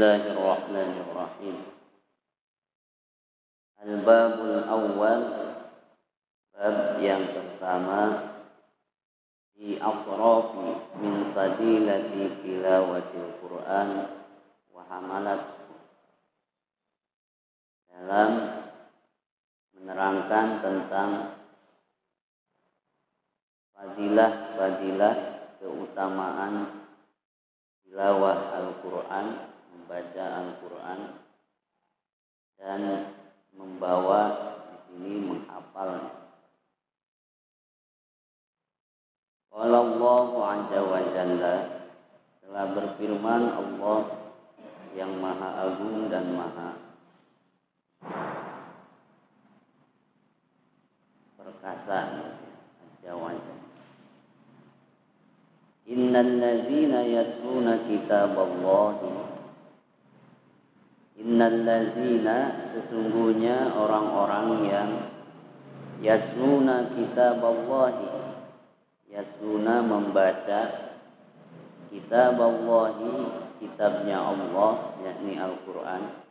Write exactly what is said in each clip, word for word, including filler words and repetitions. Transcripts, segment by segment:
Bismillahirrahmanirrahim. Al-babul awwal, bab yang pertama, di atrafi min fadilati tilawatil Quran wa hamalat, dalam menerangkan tentang fadilah-fadilah keutamaan tilawah Al-Quran, membaca Al-Quran, dan membawa di sini menghafal. Qala Allahu azza wa jalla, telah berfirman Allah yang maha agung dan maha perkasa, azza wa jalla. Innal ladzina yasluna kitaballahi, innal ladzina, sesungguhnya orang-orang yang yasluna kitaballahi, yasluna membaca kitaballahi, kitabnya Allah, yakni Al-Quran.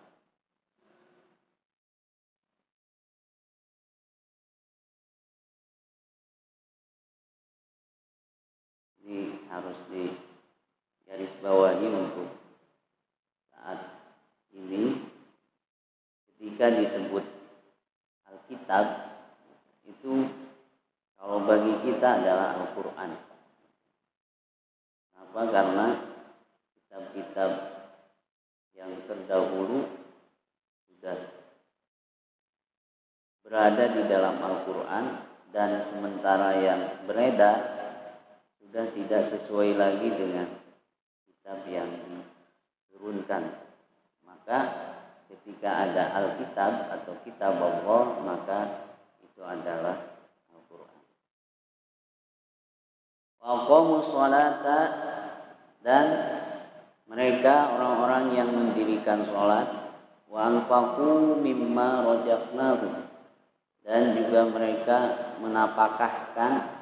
Ini harus di garis bawahi untuk saat ini. Ketika disebut Alkitab, itu kalau bagi kita adalah Al-Quran. Kenapa? Karena kitab-kitab yang terdahulu sudah berada di dalam Al-Quran, dan sementara yang beredar sudah tidak sesuai lagi dengan kitab yang diturunkan. Maka ketika ada Alkitab atau kitab Allah, maka itu adalah Al-Quran. Wa aqamus sholata, dan mereka orang-orang yang mendirikan sholat. Wa anfaqu mimma razaqnahum, dan juga mereka menapakahkan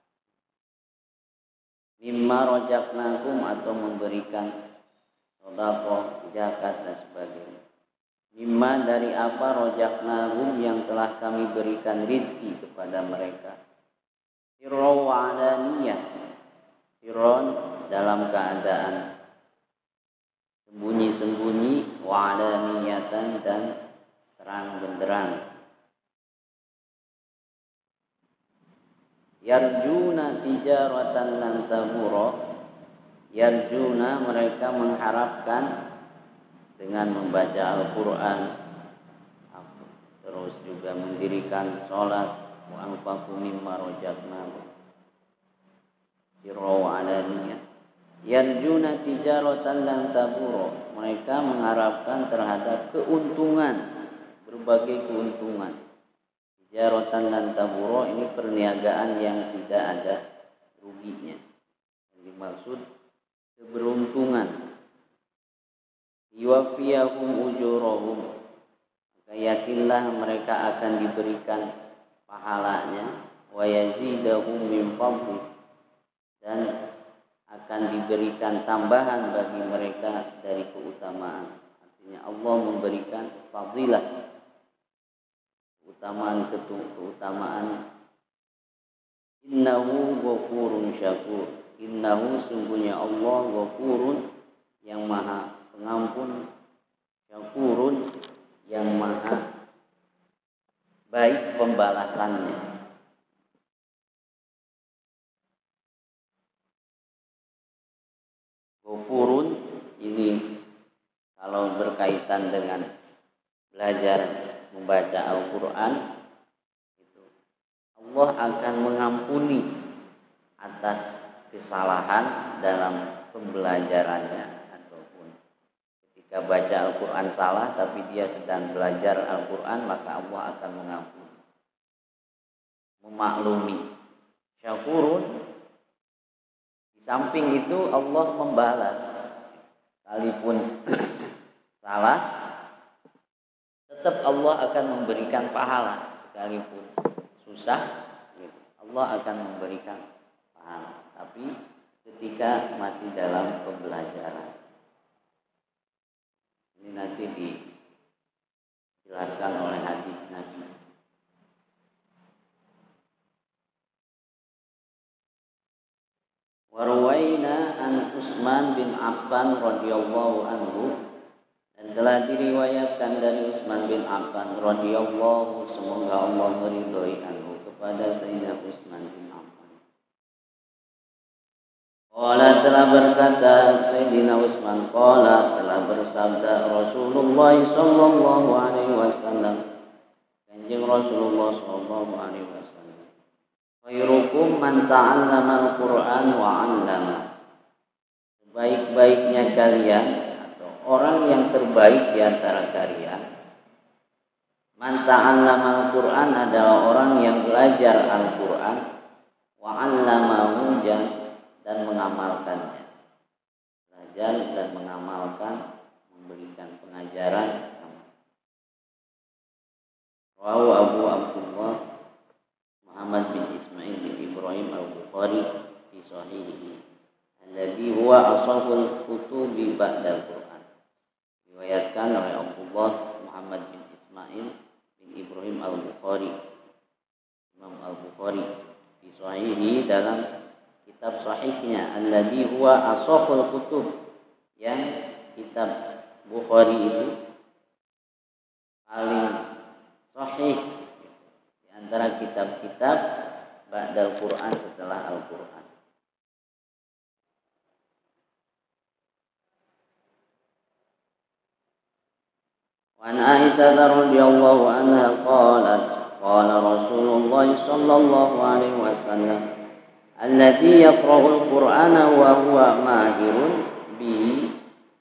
mimma razaqnakum, atau memberikan sedekah, zakat dan sebagainya. Mimma, dari apa, razaqnahum, yang telah kami berikan rizki kepada mereka. Sirra wa alaniyah, sirron, dalam keadaan sembunyi-sembunyi, wa alaniyatan, dan terang benderang. Yarjuna tijaratan lan tabura, yarjuna, mereka mengharapkan dengan membaca Al-Quran, terus juga mendirikan sholat. Wa anfaqu mimma razaqnahum sirra wa alaniyah. Yarjuna tijaratan lan tabura, mereka mengharapkan terhadap keuntungan, berbagai keuntungan. Tijaratan lan tabura, ini perniagaan yang tidak ada ruginya. Yang dimaksud keberuntungan. Yuwafiyahum ujurahum, maka yakinlah mereka akan diberikan pahalanya. Wa yazidahum min fadli, dan akan diberikan tambahan bagi mereka dari keutamaan. Artinya Allah memberikan fadilah, keutamaan keutamaan. Innahu ghafurun syakur, innahu, sungguhnya Allah, ghafurun, yang maha pengampun, syakurun, yang maha baik pembalasannya. Ghafurun ini kalau berkaitan dengan belajar membaca Al-Quran, itu Allah akan mengampuni atas kesalahan dalam pembelajarannya, ataupun ketika baca Al-Quran salah tapi dia sedang belajar Al-Quran, maka Allah akan mengampuni, memaklumi. Syakurun, di samping itu Allah membalas, sekalipun salah, tetap Allah akan memberikan pahala. Sekalipun susah, Allah akan memberikan pahala. Tapi ketika masih dalam pembelajaran. Affan radhiyallahu anhu, dan telah diriwayatkan dari Utsman bin Affan radhiyallahu, semoga Allah meridhoi anhu, kepada Sayyidina Utsman bin Affan. Qala, telah berkata Sayyidina Utsman, qala, telah bersabda Rasulullah sallallahu alaihi wasallam, Kanjeng Rasulullah sallallahu alaihi wasallam, khairukum man ta'allama al-Qur'an wa 'allama. Sebaik-baiknya kalian atau orang yang terbaik di antara kalian, man ta'allama al-Qur'an adalah orang yang belajar Al-Qur'an, wa 'allamahu dan mengamalkannya. Belajar dan mengamalkan, memberikan pengajaran. Rawahu Abu Abdullah Muhammad bin Ismail bin Ibrahim Al-Bukhari fi sahihihi alladhi huwa ashahul kutubi ba'dal Qur'an. Diriwayatkan oleh Abdullah Muhammad bin Ismail bin Ibrahim Al-Bukhari, Imam Al-Bukhari fi sahihihi, dalam kitab sahihnya, alladhi huwa ashahul kutub, yang kitab Bukhari itu paling sahih di antara kitab-kitab ba'dal Qur'an, setelah Al-Qur'an. Wa an Aisyah radhiyallahu anha qalat qala Rasulullah sallallahu alaihi wasallam, alladhi yaqra'ul Qur'ana wa huwa mahirun bi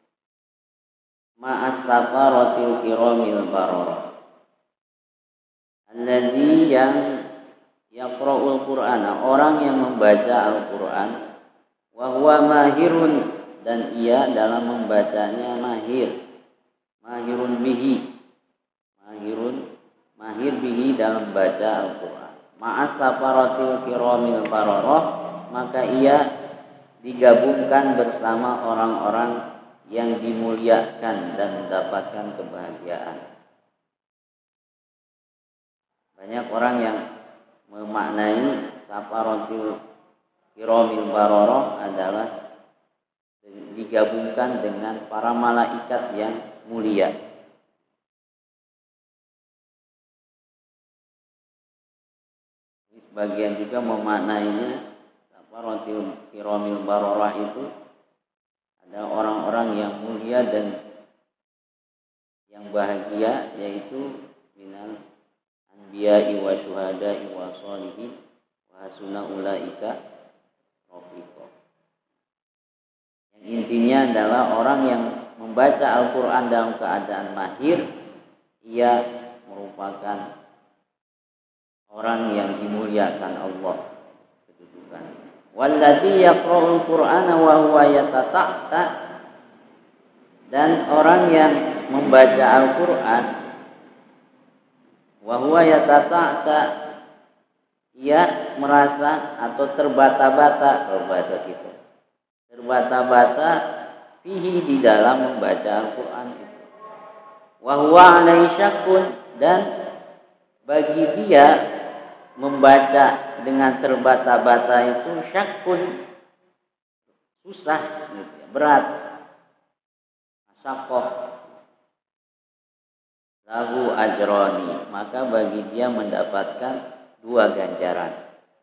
ma'as safaratil kiramil bararah. Alladzi, yang yaqra'ul Qur'ana, orang yang membaca Al-Qur'an, wa huwa mahirun, dan ia dalam membacanya mahir, mahirun bihi, mahirun mahir bihi dalam membaca Al-Qur'an, ma'as safaratil kiramil bararah, maka ia digabungkan bersama orang-orang yang dimuliakan dan mendapatkan kebahagiaan. Banyak orang yang memaknai safaratil kiramil bararah adalah digabungkan dengan para malaikat yang mulia. Sebagian juga memaknainya safaratil kiramil bararah itu adalah orang-orang yang mulia dan yang bahagia, yaitu minal anbiya'i wa syuhada'i wa sholihin wa hasuna ulaika rafiqa. Yang intinya adalah orang yang membaca Al-Qur'an dalam keadaan mahir, ia merupakan orang yang dimuliakan Allah kedudukan. Walladzi yaqra'ul Qur'ana wa huwa yatata'ta, dan orang yang membaca Al-Qur'an wa huwa yatata'ta, ia merasa atau terbata-bata, kalau bahasa kita terbata-bata, fihi, di dalam membaca Al-Qur'an itu. Wa huwa alaihi syakkun, dan bagi dia membaca dengan terbata-bata itu syakkun, susah gitu ya, berat, masyaqqah, lahu ajroni, maka bagi dia mendapatkan dua ganjaran.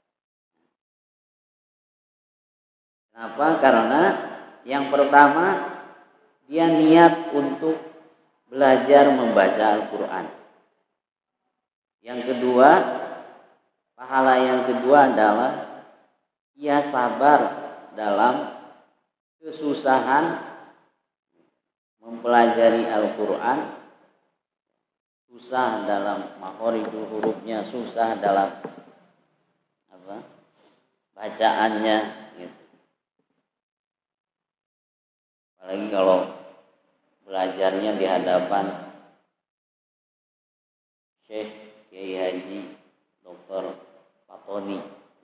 Kenapa? Karena yang pertama, dia niat untuk belajar membaca Al-Qur'an. Yang kedua, pahala yang kedua adalah ia sabar dalam kesusahan mempelajari Al-Qur'an, susah dalam makhorijul hurufnya, susah dalam apa? Bacaannya gitu. Apalagi kalau belajarnya di hadapan Syekh Kiai Haji Doktor Fatoni.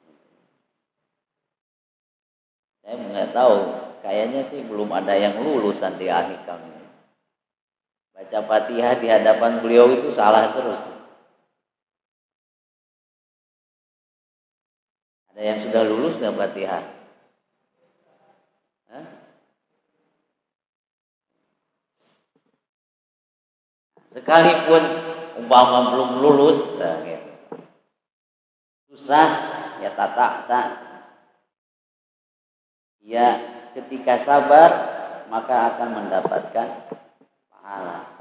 Saya nggak tahu, kayaknya sih belum ada yang lulus Santri Ahikam ini. Baca Fatihah di hadapan beliau itu salah terus. Ada yang sudah lulus nggak Fatihah? Hah? sekalipun umpama belum lulus, nah, gitu. Susah ya tata tak. Ya ketika sabar maka akan mendapatkan pahala.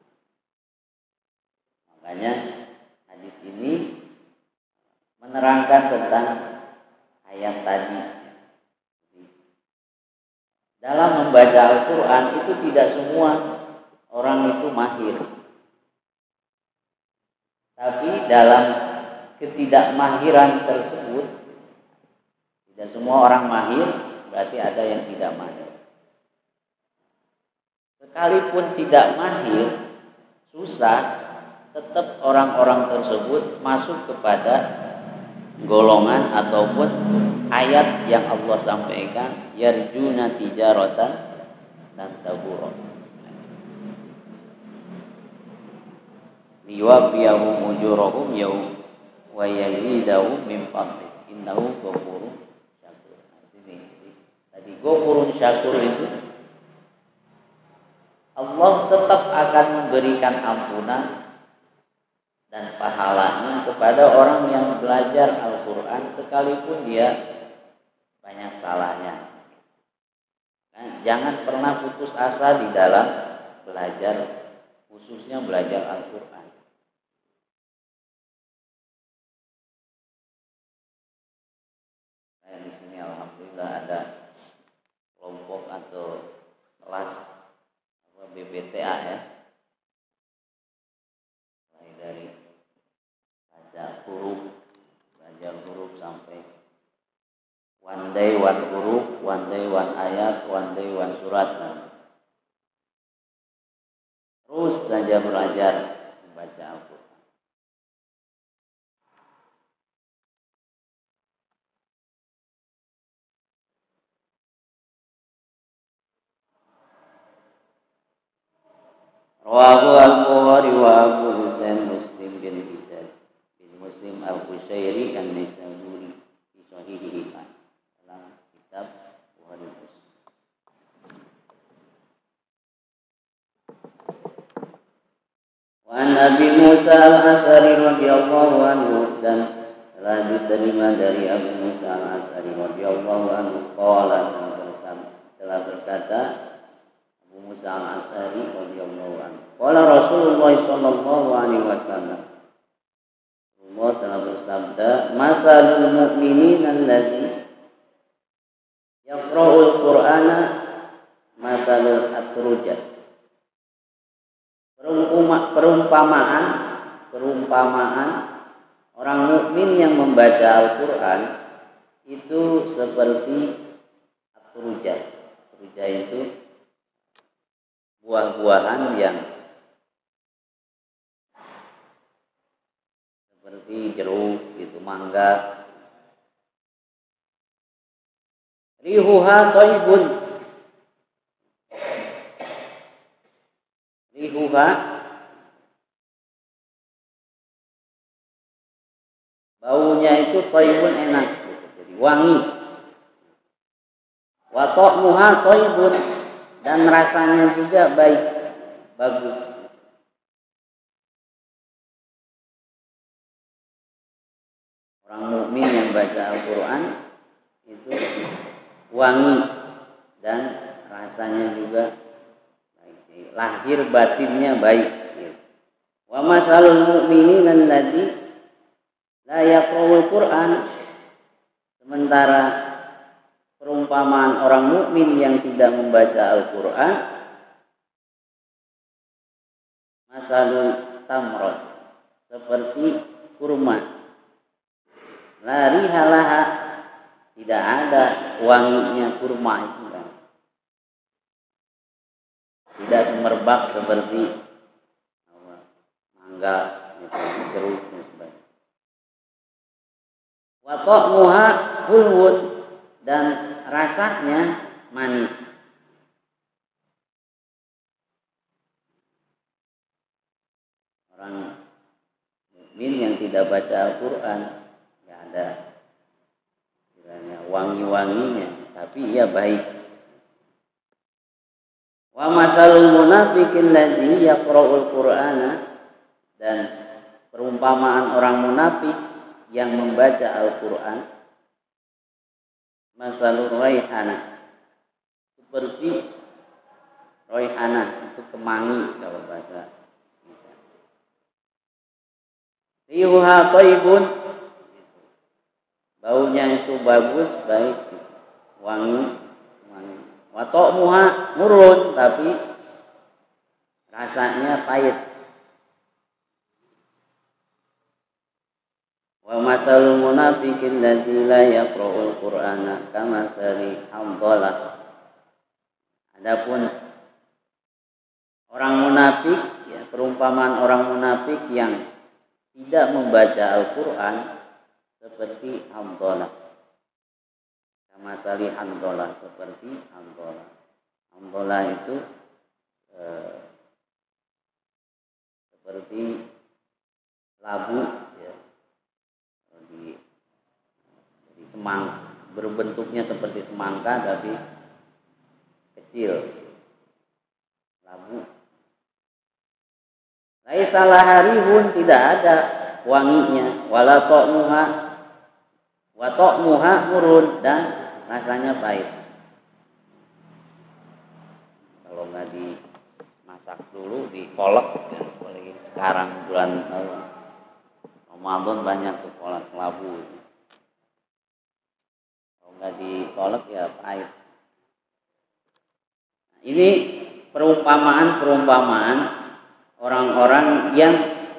Makanya hadis ini menerangkan tentang ayat tadi. Dalam membaca Al-Quran itu tidak semua orang itu mahir. Tapi dalam ketidakmahiran tersebut, tidak semua orang mahir, berarti ada yang tidak mahir. Sekalipun tidak mahir, susah, tetap orang-orang tersebut masuk kepada golongan ataupun ayat yang Allah sampaikan, yarjuna tijaratan dan tabura. Liwafiyahum ujurahum yaum wa yazidahum min fadli innahu ghafurun syakur. Ini tadi ghafurun syakur itu Allah tetap akan memberikan ampunan dan pahalanya kepada orang yang belajar Al-Quran sekalipun dia banyak salahnya. Nah, jangan pernah putus asa di dalam belajar, khususnya belajar Al-Quran. Nah, di sini alhamdulillah ada kelompok atau kelas B B T A ya. Mulai dari baca huruf, belajar huruf sampai one day one huruf, one day one ayat, one day one surat. Nah, terus saja belajar membaca Al-Quran. Rawahu al-Bukhari wa Abu Husain Muslim bin Hijaz bin Muslim al-Qushairi an-Nisaburi fi sahihihi dalam kitab Bukhari Muslim. Wa an Abi Musa al-Asy'ari radhiyallahu anhu, dan telah diterima dari Abu Musa al-Asy'ari radhiyallahu anhu qala, telah berkata Abu Musa al-Asy'ari radhiyallahu anhu, qala Rasulullah sallallahu alaihi wasallam, Allah telah bersabda, masalul mu'minin alladzi yaqra'ul Qur'ana masalul atrujat. Perumpamaan perumpamaan orang mukmin yang membaca Al-Qur'an itu seperti atrujat. Atrujat itu buah-buahan yang seperti jeruk gitu, mangga. Rihuha thayyibun. Rihuha baunya itu thayyibun, enak gitu, jadi wangi. Wa ta'muha thayyibun, dan rasanya juga baik, bagus. Orang mukmin yang baca Al-Quran itu wangi dan rasanya juga baik, lahir batinnya baik. Wa masalul mu'minin alladzi la yaqra'ul Qur'an, sementara perumpamaan orang mukmin yang tidak membaca Al-Quran, masalul tamrot, seperti kurma, la rihalaha, tidak ada wanginya kurma itu kan. Tidak semerbak seperti mangga, jeruk dan sebagainya. Wa ta'muha hulwun, dan rasanya manis. Orang mukmin yang tidak baca Al-Quran nggak ada kiranya wangi-wanginya, tapi ia baik. Wa masalul munafiqin ladzi yaqra'ul Qur'ana, dan perumpamaan orang munafik yang membaca Al-Qur'an, masalur raihana, seperti raihana itu kemangi kalau bahasa kita. Rihuha thayyibun, baunya itu bagus, baik, wangi. Wa ta'muha murun, tapi rasanya pahit. Wa masalul munafiqin ladzi la yaqra'ul Qur'ana kamasali hamdalah. Adapun orang munafik, ya, perumpamaan orang munafik yang tidak membaca Al-Qur'an seperti hamdalah. Masali hamdalah, seperti hamdalah. Hamdalah itu eh, seperti labu, ya, di, di semangka, berbentuknya seperti semangka tapi kecil, labu. Laisa laharihun, tidak ada wanginya, wala ta'muha wa ta'muha murun, dan rasanya pahit. Kalau nggak dimasak dulu, dikolek, ya, apalagi sekarang bulan Ramadan banyak tuh kolak labu. Kalau nggak dikolek ya pahit. Nah, ini perumpamaan-perumpamaan orang-orang yang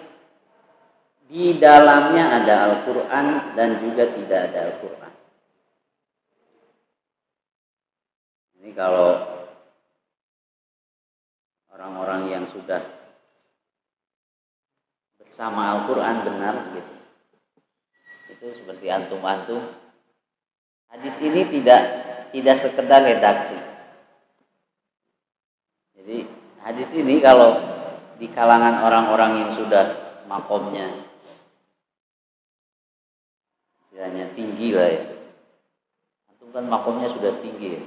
di dalamnya ada Al-Quran dan juga tidak ada Al-Quran. Ini kalau orang-orang yang sudah bersama Al-Quran benar gitu, itu seperti antum-antum. Hadis ini tidak tidak sekedar redaksi. Jadi hadis ini kalau di kalangan orang-orang yang sudah makomnya istilahnya tinggi lah ya, antum kan makomnya sudah tinggi ya.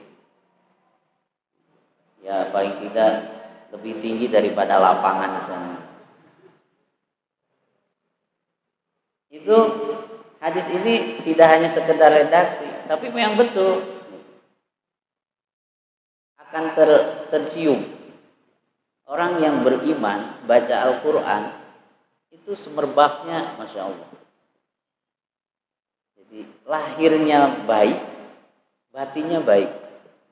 Ya paling tidak lebih tinggi daripada lapangan di sana. Itu hadis ini tidak hanya sekedar redaksi, tapi memang betul akan ter, tercium orang yang beriman baca Al-Quran itu semerbaknya Masya Allah. Jadi lahirnya baik, batinnya baik.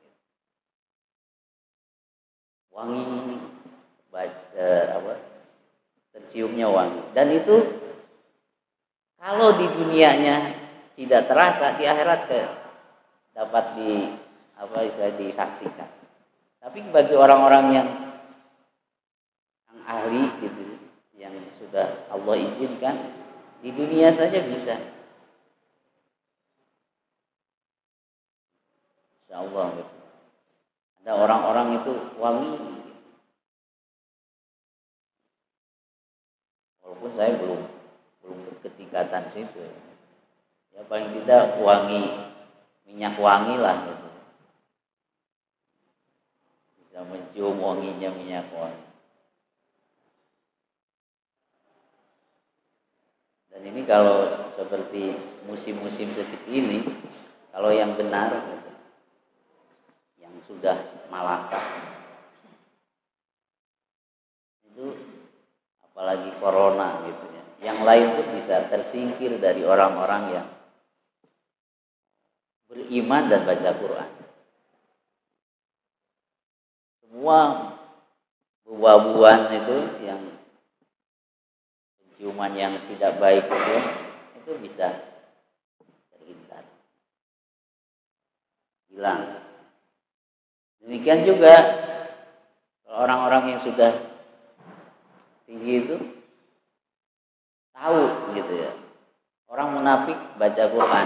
Wangi, baca, apa, terciumnya wangi. Dan itu kalau di dunianya tidak terasa, di akhirat ke, dapat di apa istilah disaksikan. Tapi bagi orang-orang yang, yang ahli gitu, yang sudah Allah izinkan, di dunia saja bisa. Insya Allah gitu. Ada orang-orang itu wangi, walaupun saya belum belum ketingkatan situ. Ya paling tidak wangi, minyak wangi lah gitu. Bisa mencium wanginya minyak wangi. Dan ini kalau seperti musim-musim seperti ini, kalau yang benar gitu, yang sudah malakah itu, apalagi corona gitu ya, yang lain pun bisa tersingkir dari orang-orang yang beriman dan baca Quran. Semua buah-buahan itu yang penciuman yang tidak baik itu, itu bisa terhindar, hilang. Demikian juga orang-orang yang sudah tinggi itu tahu gitu ya. Orang munafik baca Quran.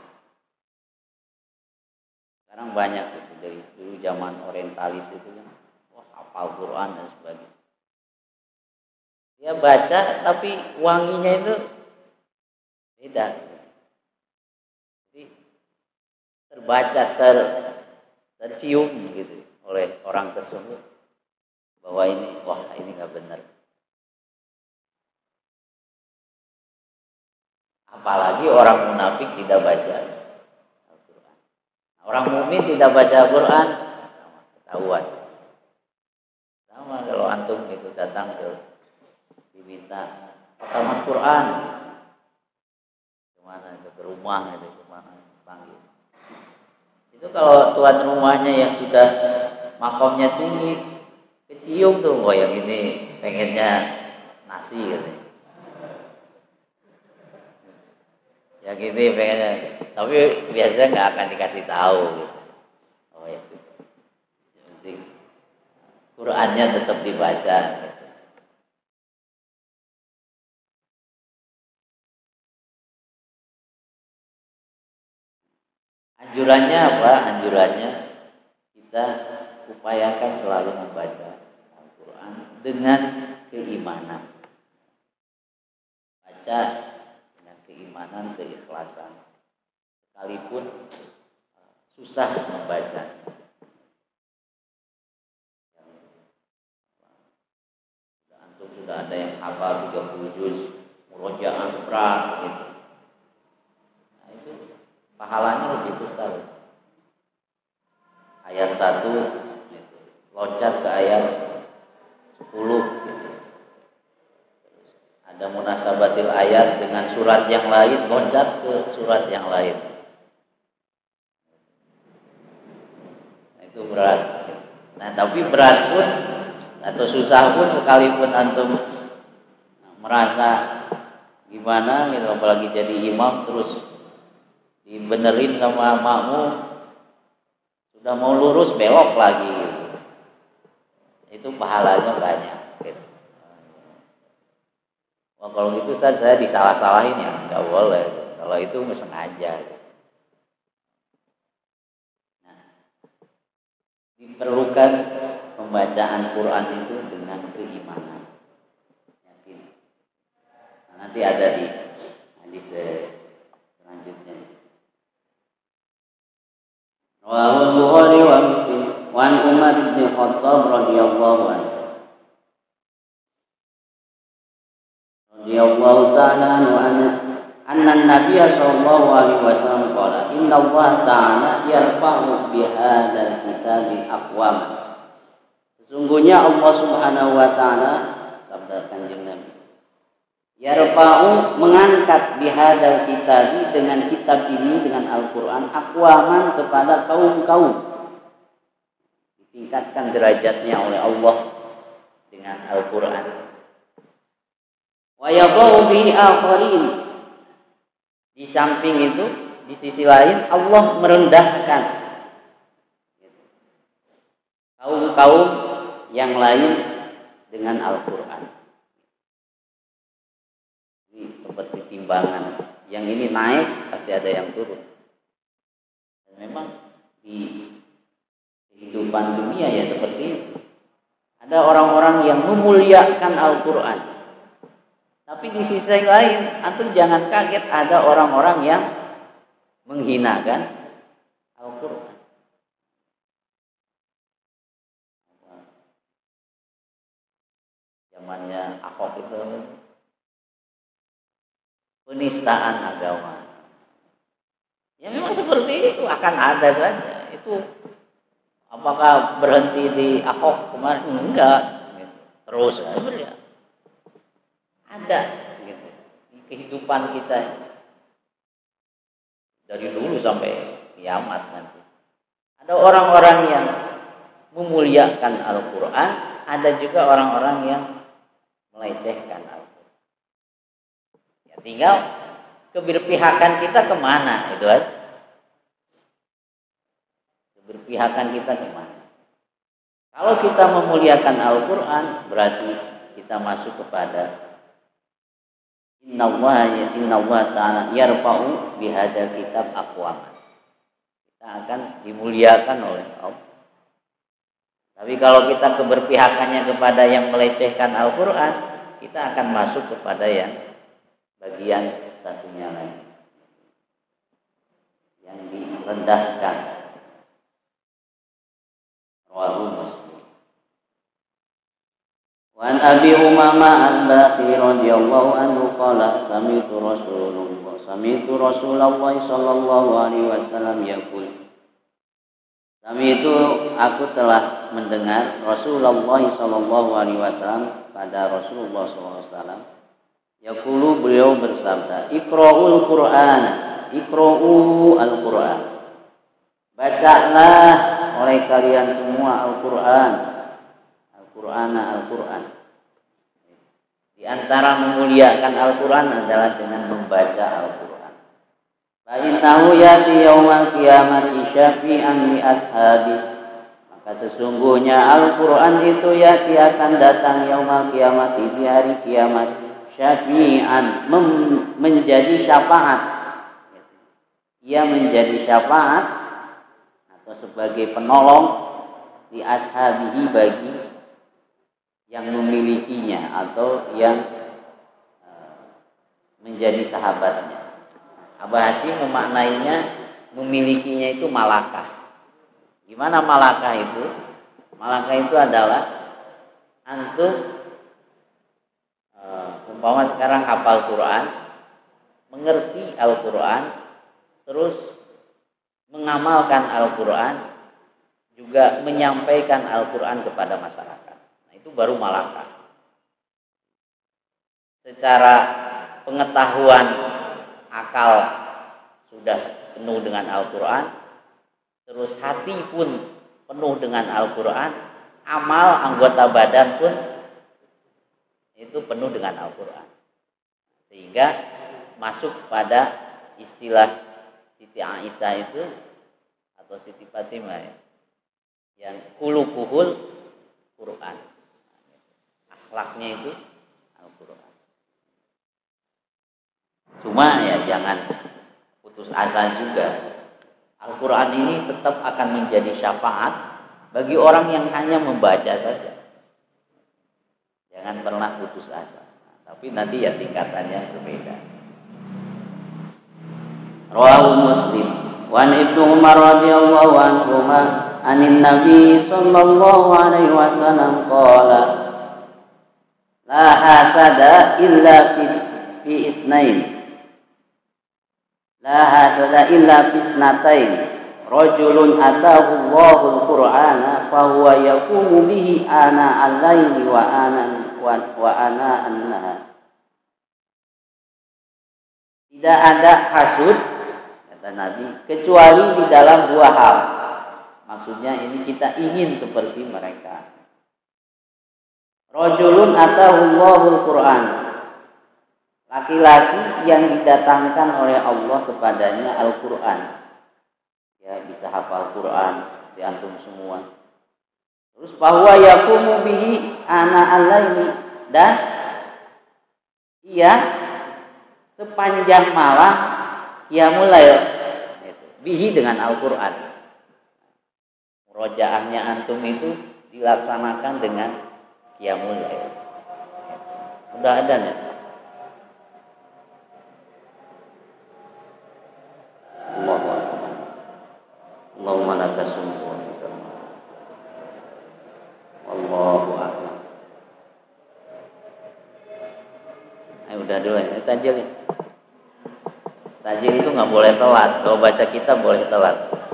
Sekarang banyak gitu, dari dulu zaman orientalis itu kan, wah hafal Quran dan sebagainya. Dia baca tapi wanginya itu beda. Jadi terbaca ter tercium gitu oleh orang tersebut. bahwa ini wah ini nggak benar. Apalagi orang munafik tidak baca Al-Quran. Orang mukmin tidak baca Al-Quran, sama ketahuan. Sama kalau antum itu datang ke diminta taman Quran, kemana itu ke rumah itu kemana panggil. Itu kalau tuan rumahnya yang sudah makomnya tinggi, kecium tuh, oh yang ini pengennya nasi gitu. Yang ini pengennya, tapi biasanya nggak akan dikasih tahu gitu. Oh ya sudah. Yang penting Qurannya tetap dibaca. Gitu. Anjurannya apa? Anjurannya kita upayakan selalu membaca Al-Quran dengan keimanan. Baca dengan keimanan, keikhlasan. Sekalipun susah membaca. Antum sudah ada yang hafal tiga puluh juz, murojaah berat gitu. Nah, itu pahalanya lebih besar. Ayat satu gitu, loncat ke ayat sepuluh gitu. Ada munasabatil ayat dengan surat yang lain, loncat ke surat yang lain. Nah, itu berat. Nah, tapi berat pun atau susah pun sekalipun antum merasa gimana gitu, apalagi jadi imam terus dibenerin sama makmum, sudah mau lurus belok lagi gitu. Itu pahalanya banyak gitu. Wah, kalau gitu Ustaz, saya disalah-salahin ya nggak boleh. Kalau itu sengaja gitu. Nah, diperlukan pembacaan Quran itu dengan keimanan, yakin. Nah, nanti ada di hadis selanjutnya. Rawahul Bukhari wa Muslim wa an Umar bin Khattab radhiyallahu anhu. Radhiyallahu ta'ala anhu anna an-nabiy sallallahu alaihi wasallam qala inna Allah ta'ala yarfa'u bihadzal kitabi aqwaman. Sesungguhnya Allah Subhanahu wa taala, sabda Kanjeng Nabi, yarfa'u mengangkat bihadzal kitabi dengan kitab ini, dengan Al-Qur'an, aqwaman kepada kaum-kaum. Ditingkatkan derajatnya oleh Allah dengan Al-Qur'an. Wa yadhau bihi akharin. Di samping itu, di sisi lain Allah merendahkan kaum-kaum yang lain dengan Al-Quran. Ini seperti timbangan. Yang ini naik, pasti ada yang turun. Dan memang di kehidupan dunia ya seperti itu. Ada orang-orang yang memuliakan Al-Quran. Tapi di sisi lain, antum jangan kaget ada orang-orang yang menghinakan Al-Quran. Zamannya Ahok itu penistaan agama. Ya memang seperti itu akan ada saja. Itu apakah berhenti di Ahok kemarin? Enggak. Terus ya. Ada gitu di kehidupan kita dari dulu sampai kiamat nanti. Ada orang-orang yang memuliakan Al-Quran, ada juga orang-orang yang melecehkan Al-Quran. Ya tinggal keberpihakan kita kemana itu aja. Keberpihakan kita kemana? Kalau kita memuliakan Al-Quran, berarti kita masuk kepada Inna Allah Inna Allah Ta'ala yarfa'u bihadzal kitab aqwaman. Kita akan dimuliakan oleh Allah. Tapi kalau kita keberpihakannya kepada yang melecehkan Al-Quran, kita akan masuk kepada yang bagian satunya lagi, yang direndahkan. Rawahu Muslim. Wan Abi Umamah Al-Bahri radhiyallahu anhu qala sami'tu Rasulullah sami'tu Rasulullah sallallahu alaihi wasallam yaqul. Sami'tu aku telah mendengar Rasulullah sallallahu alaihi wasallam pada Rasulullah sallallahu alaihi wasallam yaqulu, beliau bersabda, Iqra'ul Qur'an, Iqra'u Al-Qur'an. Bacalah oleh kalian semua Al-Qur'an. Al-Qur'ana Al-Qur'an. Di antara memuliakan Al-Qur'an adalah dengan membaca Al-Qur'an. Fa innahu yati yaumal qiyamati syafi'an li ashabi. Maka sesungguhnya Al-Qur'an itu yati akan datang yaumal qiyamati, di hari kiamat, syafi'an, menjadi syafaat. Ia menjadi syafaat atau sebagai penolong di ashabihi, bagi yang memilikinya atau yang uh, menjadi sahabatnya. Abah Hasyim memaknainya memilikinya itu malakah. Gimana malakah itu? Malakah itu adalah antum uh, umpama sekarang hafal Quran, mengerti Al-Quran, terus mengamalkan Al-Quran, juga menyampaikan Al-Quran kepada masyarakat. Nah, itu baru malakah. Secara pengetahuan akal sudah penuh dengan Al-Quran, terus hati pun penuh dengan Al-Quran, amal anggota badan pun itu penuh dengan Al-Quran, sehingga masuk pada istilah Siti Aisyah itu atau Siti Fatimah ya, yang kulukuhul Quran, akhlaknya itu Al-Quran. Cuma ya jangan putus asa juga. Al-Quran ini tetap akan menjadi syafaat bagi orang yang hanya membaca saja. Jangan pernah putus asa. Tapi nanti ya tingkatannya berbeda. Rawahu Muslim. Wa Ibnu Umar radhiyallahu anhuma anin Nabi sallallahu alaihi wasallam qala la hasada illa fi, fi isnain. La hasada illa fi isnatain. Rajulun atahu Allahul Qur'ana fa huwa yaqumu bihi ana al-laili wa ana wa ana an-nahar. Tidak ada hasud, kata Nabi, kecuali di dalam dua hal. Maksudnya ini kita ingin seperti mereka. Rajulun atahu Allahul Qur'an. Laki-laki yang didatangkan oleh Allah kepadanya Al-Qur'an. Ya, bisa hafal Quran di antum semua. Terus bahwa yaqumu bihi ana al-laili, dan ia sepanjang malam qiyamul lail bihi dengan Al-Qur'an. Murojaahnya antum itu dilaksanakan dengan qiyamul lail. Udah ada nih. Allahu akbar. Allahumma laka sumtu wa bika Allahu akbar. Ayo udah dulu ya, tajil ya. Tajil itu nggak boleh telat. Kalau baca kitab boleh telat.